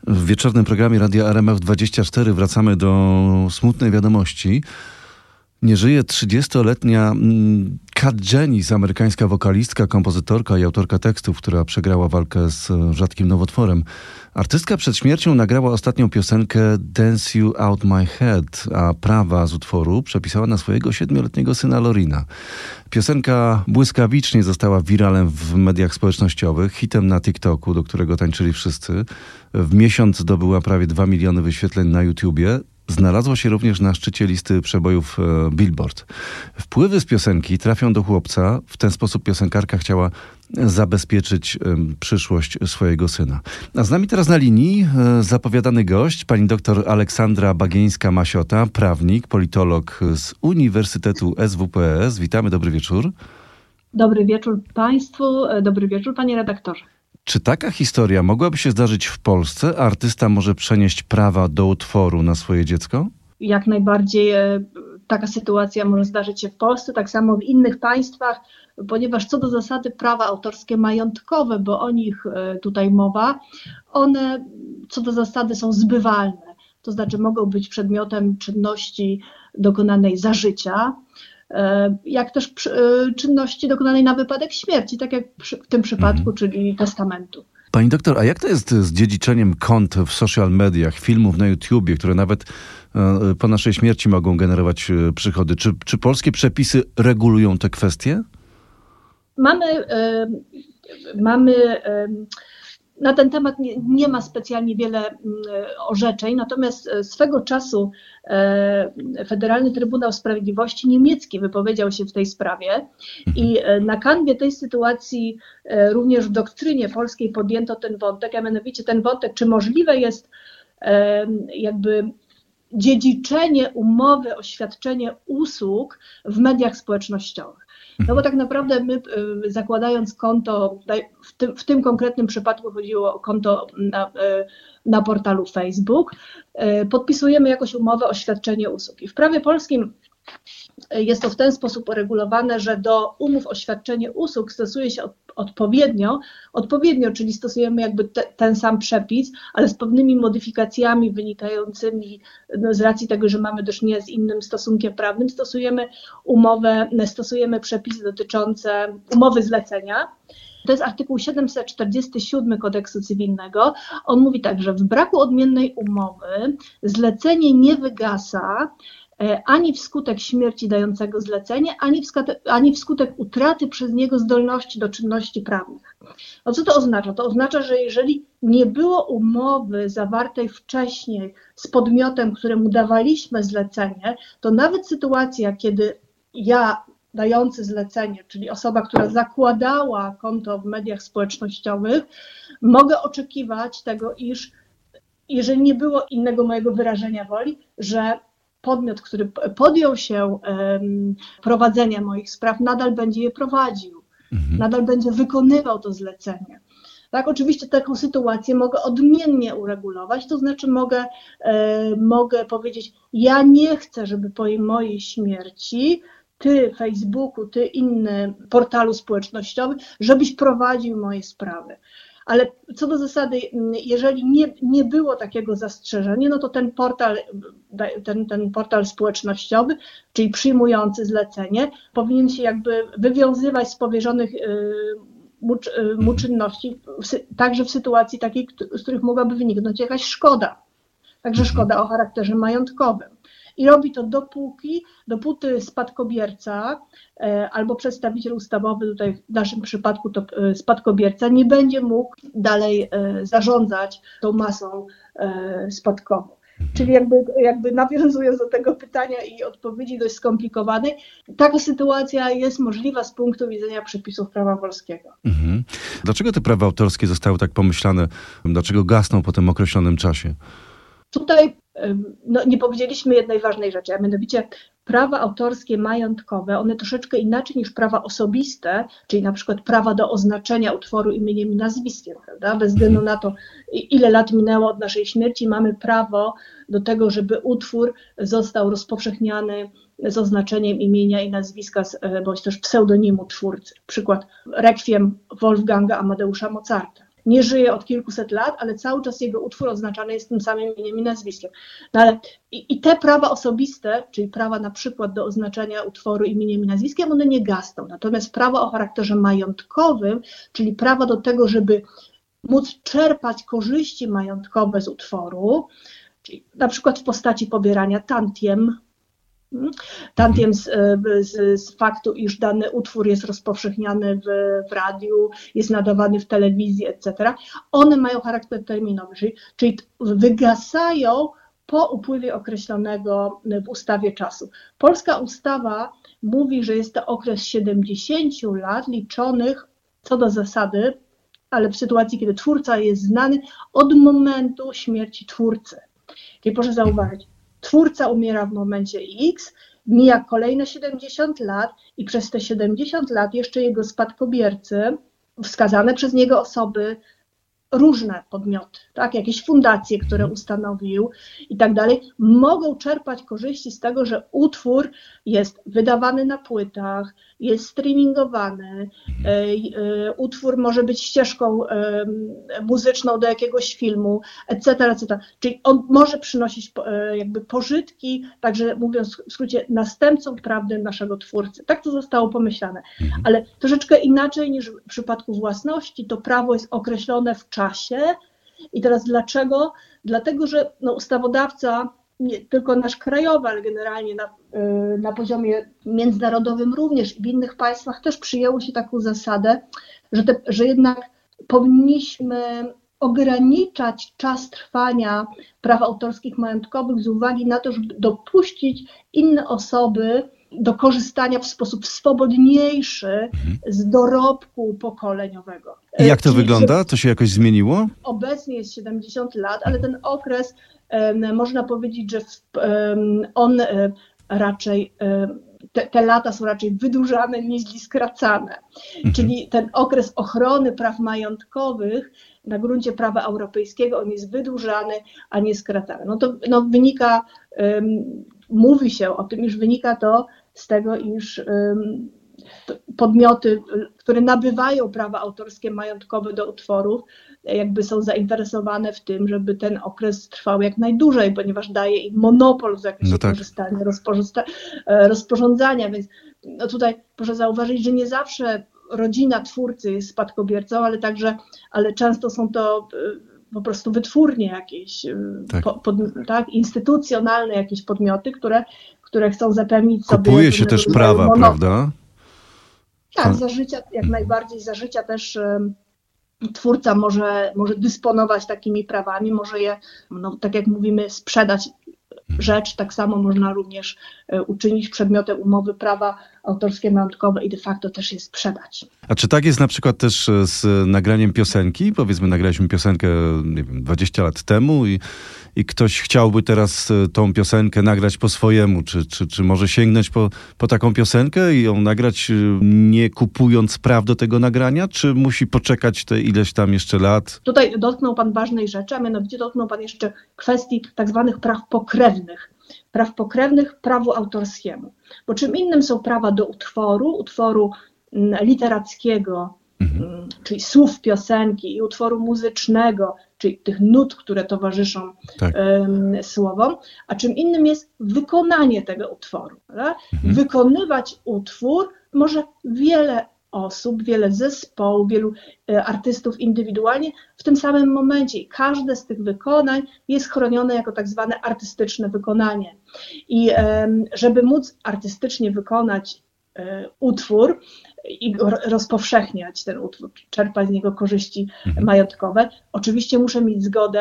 W wieczornym programie Radia RMF24 wracamy do smutnej wiadomości. Nie żyje 30-letnia Kat Jennings, amerykańska wokalistka, kompozytorka i autorka tekstów, która przegrała walkę z rzadkim nowotworem. Artystka przed śmiercią nagrała ostatnią piosenkę Dance You Out My Head, a prawa z utworu przepisała na swojego 7-letniego syna Lorina. Piosenka błyskawicznie została wiralem w mediach społecznościowych, hitem na TikToku, do którego tańczyli wszyscy. W miesiąc zdobyła prawie 2 miliony wyświetleń na YouTubie. Znalazła się również na szczycie listy przebojów Billboard. Wpływy z piosenki trafią do chłopca. W ten sposób piosenkarka chciała zabezpieczyć przyszłość swojego syna. A z nami teraz na linii zapowiadany gość, pani doktor Aleksandra Bagieńska-Masiota, prawnik, politolog z Uniwersytetu SWPS. Witamy, dobry wieczór. Dobry wieczór państwu, dobry wieczór panie redaktorze. Czy taka historia mogłaby się zdarzyć w Polsce? Artysta może przenieść prawa do utworu na swoje dziecko? Jak najbardziej taka sytuacja może zdarzyć się w Polsce, tak samo w innych państwach, ponieważ co do zasady prawa autorskie majątkowe, bo o nich tutaj mowa, one co do zasady są zbywalne. To znaczy mogą być przedmiotem czynności dokonanej za życia, jak też czynności dokonanej na wypadek śmierci, tak jak w tym przypadku, czyli testamentu. Pani doktor, a jak to jest z dziedziczeniem kont w social mediach, filmów na YouTubie, które nawet po naszej śmierci mogą generować przychody? Czy polskie przepisy regulują te kwestie? Mamy na ten temat nie ma specjalnie wiele orzeczeń, natomiast swego czasu Federalny Trybunał Sprawiedliwości niemiecki wypowiedział się w tej sprawie i na kanwie tej sytuacji również w doktrynie polskiej podjęto ten wątek, a mianowicie ten wątek, czy możliwe jest jakby dziedziczenie umowy o świadczenie usług w mediach społecznościowych. No bo tak naprawdę my, zakładając konto, w tym konkretnym przypadku chodziło o konto na portalu Facebook, podpisujemy jakąś umowę o świadczenie usług. I w prawie polskim jest to w ten sposób uregulowane, że do umów o świadczenie usług stosuje się odpowiednio, czyli stosujemy jakby ten sam przepis, ale z pewnymi modyfikacjami wynikającymi z racji tego, że mamy do czynienia z innym stosunkiem prawnym, stosujemy przepisy dotyczące umowy zlecenia. To jest artykuł 747 Kodeksu Cywilnego. On mówi tak, że w braku odmiennej umowy zlecenie nie wygasa ani wskutek śmierci dającego zlecenie, ani wskutek utraty przez niego zdolności do czynności prawnych. No co to oznacza? To oznacza, że jeżeli nie było umowy zawartej wcześniej z podmiotem, któremu dawaliśmy zlecenie, to nawet sytuacja, kiedy ja dający zlecenie, czyli osoba, która zakładała konto w mediach społecznościowych, mogę oczekiwać tego, iż jeżeli nie było innego mojego wyrażenia woli, że podmiot, który podjął się prowadzenia moich spraw, nadal będzie je prowadził, nadal będzie wykonywał to zlecenie. Tak, oczywiście taką sytuację mogę odmiennie uregulować, to znaczy mogę powiedzieć, ja nie chcę, żeby po mojej śmierci ty Facebooku, ty inny portalu społecznościowym, żebyś prowadził moje sprawy. Ale co do zasady, jeżeli nie było takiego zastrzeżenia, no to ten portal społecznościowy, czyli przyjmujący zlecenie, powinien się jakby wywiązywać z powierzonych mu czynności, także w sytuacji takiej, z których mogłaby wyniknąć jakaś szkoda. Także szkoda o charakterze majątkowym. I robi to dopóty spadkobierca albo przedstawiciel ustawowy, tutaj w naszym przypadku to spadkobierca, nie będzie mógł dalej zarządzać tą masą spadkową. Czyli jakby nawiązując do tego pytania i odpowiedzi dość skomplikowanej, taka sytuacja jest możliwa z punktu widzenia przepisów prawa polskiego. Dlaczego te prawa autorskie zostały tak pomyślane? Dlaczego gasną po tym określonym czasie? Tutaj nie powiedzieliśmy jednej ważnej rzeczy, a mianowicie prawa autorskie majątkowe, one troszeczkę inaczej niż prawa osobiste, czyli na przykład prawa do oznaczenia utworu imieniem i nazwiskiem, prawda? Bez względu na to, ile lat minęło od naszej śmierci, mamy prawo do tego, żeby utwór został rozpowszechniany z oznaczeniem imienia i nazwiska, bądź też pseudonimu twórcy. Przykład Requiem Wolfganga Amadeusza Mozarta. nie żyje od kilkuset lat, ale cały czas jego utwór oznaczany jest tym samym imieniem i nazwiskiem. No ale i te prawa osobiste, czyli prawa na przykład do oznaczenia utworu imieniem i nazwiskiem, one nie gasną. Natomiast prawa o charakterze majątkowym, czyli prawa do tego, żeby móc czerpać korzyści majątkowe z utworu, czyli na przykład w postaci pobierania tantiem z faktu, iż dany utwór jest rozpowszechniany w radiu, jest nadawany w telewizji, etc. One mają charakter terminowy, czyli wygasają po upływie określonego w ustawie czasu. Polska ustawa mówi, że jest to okres 70 lat liczonych co do zasady, ale w sytuacji, kiedy twórca jest znany, od momentu śmierci twórcy. Czyli proszę zauważyć, twórca umiera w momencie X, mija kolejne 70 lat i przez te 70 lat jeszcze jego spadkobiercy, wskazane przez niego osoby, różne podmioty, tak, jakieś fundacje, które ustanowił i tak dalej, mogą czerpać korzyści z tego, że utwór jest wydawany na płytach, jest streamingowany, utwór może być ścieżką muzyczną do jakiegoś filmu, etc., etc. Czyli on może przynosić jakby pożytki, także mówiąc w skrócie, następcom prawdy naszego twórcy. Tak to zostało pomyślane. Ale troszeczkę inaczej niż w przypadku własności, to prawo jest określone w czasie. I teraz dlaczego? Dlatego, że ustawodawca, nie tylko nasz krajowy, ale generalnie na poziomie międzynarodowym również i w innych państwach też przyjęło się taką zasadę, że jednak powinniśmy ograniczać czas trwania praw autorskich majątkowych z uwagi na to, żeby dopuścić inne osoby do korzystania w sposób swobodniejszy z dorobku pokoleniowego. I jak to wygląda? To się jakoś zmieniło? Obecnie jest 70 lat, ale ten okres, można powiedzieć, że on raczej, te lata są raczej wydłużane niż skracane. Czyli ten okres ochrony praw majątkowych na gruncie prawa europejskiego, on jest wydłużany, a nie skracany. To wynika, mówi się o tym, iż wynika to z tego, iż podmioty, które nabywają prawa autorskie majątkowe do utworów, jakby są zainteresowane w tym, żeby ten okres trwał jak najdłużej, ponieważ daje im monopol w zakresie korzystania, rozporządzania, więc tutaj proszę zauważyć, że nie zawsze rodzina twórcy jest spadkobiercą, ale często są to po prostu wytwórnie jakieś, instytucjonalne jakieś podmioty, które chcą zapewnić sobie... Kupuje się też prawa, prawda? Tak, za życia, jak najbardziej za życia też twórca może dysponować takimi prawami, może je, tak jak mówimy, sprzedać rzecz, tak samo można również uczynić przedmiotem umowy prawa autorskie, majątkowe i de facto też je sprzedać. A czy tak jest na przykład też z nagraniem piosenki? Powiedzmy, nagraliśmy piosenkę, nie wiem, 20 lat temu i ktoś chciałby teraz tą piosenkę nagrać po swojemu. Czy może sięgnąć po taką piosenkę i ją nagrać, nie kupując praw do tego nagrania? Czy musi poczekać te ileś tam jeszcze lat? Tutaj dotknął Pan ważnej rzeczy, a mianowicie dotknął Pan jeszcze kwestii tak zwanych praw pokrewnych. Praw pokrewnych prawu autorskiemu. Bo czym innym są prawa do utworu literackiego, czyli słów piosenki, i utworu muzycznego, czyli tych nut, które towarzyszą słowom, a czym innym jest wykonanie tego utworu. Wykonywać utwór może wiele osób, wiele zespołów, wielu artystów indywidualnie w tym samym momencie. I każde z tych wykonań jest chronione jako tak zwane artystyczne wykonanie. I żeby móc artystycznie wykonać utwór i rozpowszechniać ten utwór, czerpać z niego korzyści majątkowe, oczywiście muszę mieć zgodę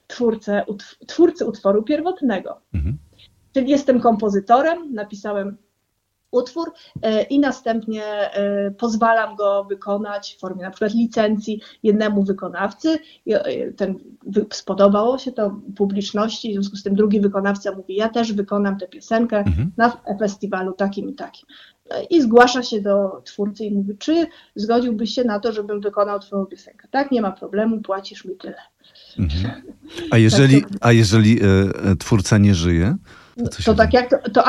twórcy utworu pierwotnego. Czyli jestem kompozytorem, napisałem utwór i następnie pozwalam go wykonać w formie na przykład licencji jednemu wykonawcy. Spodobało się to publiczności, w związku z tym drugi wykonawca mówi, ja też wykonam tę piosenkę na festiwalu takim i takim. I zgłasza się do twórcy i mówi, czy zgodziłbyś się na to, żebym wykonał twoją piosenkę? Tak, nie ma problemu, płacisz mi tyle. A jeżeli twórca nie żyje? To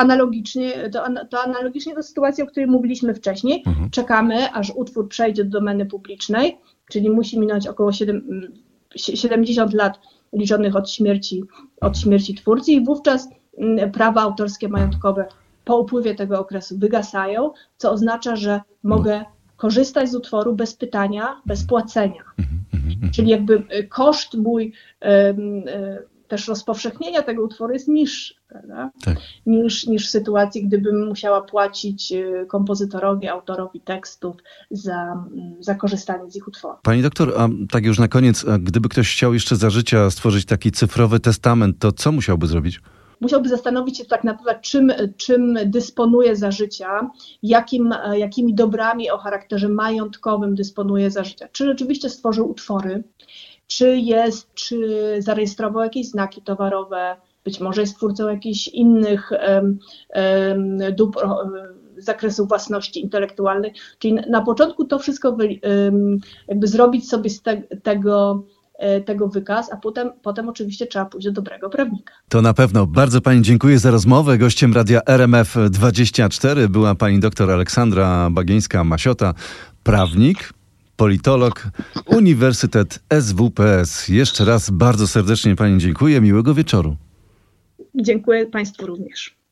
analogicznie do sytuacji, o której mówiliśmy wcześniej. Czekamy, aż utwór przejdzie do domeny publicznej czyli musi minąć około 70 lat liczonych od śmierci twórcy i wówczas prawa autorskie majątkowe po upływie tego okresu wygasają, co oznacza, że mogę korzystać z utworu bez pytania, bez płacenia. Czyli jakby koszt mój też rozpowszechnienia tego utworu jest niższy, tak, niż w sytuacji, gdybym musiała płacić kompozytorowi, autorowi tekstów za korzystanie z ich utworów. Pani doktor, a tak już na koniec, gdyby ktoś chciał jeszcze za życia stworzyć taki cyfrowy testament, to co musiałby zrobić? Musiałby zastanowić się tak naprawdę, czym dysponuje za życia, jakimi dobrami o charakterze majątkowym dysponuje za życia. Czy rzeczywiście stworzył utwory, czy zarejestrował jakieś znaki towarowe, być może jest twórcą jakichś innych dóbr z zakresu własności intelektualnej. Czyli na początku to wszystko jakby zrobić sobie z tego wykaz, a potem oczywiście trzeba pójść do dobrego prawnika. To na pewno. Bardzo pani dziękuję za rozmowę. Gościem Radia RMF24 była pani doktor Aleksandra Bagieńska-Masiota, prawnik, politolog, Uniwersytet SWPS. Jeszcze raz bardzo serdecznie pani dziękuję. Miłego wieczoru. Dziękuję państwu również.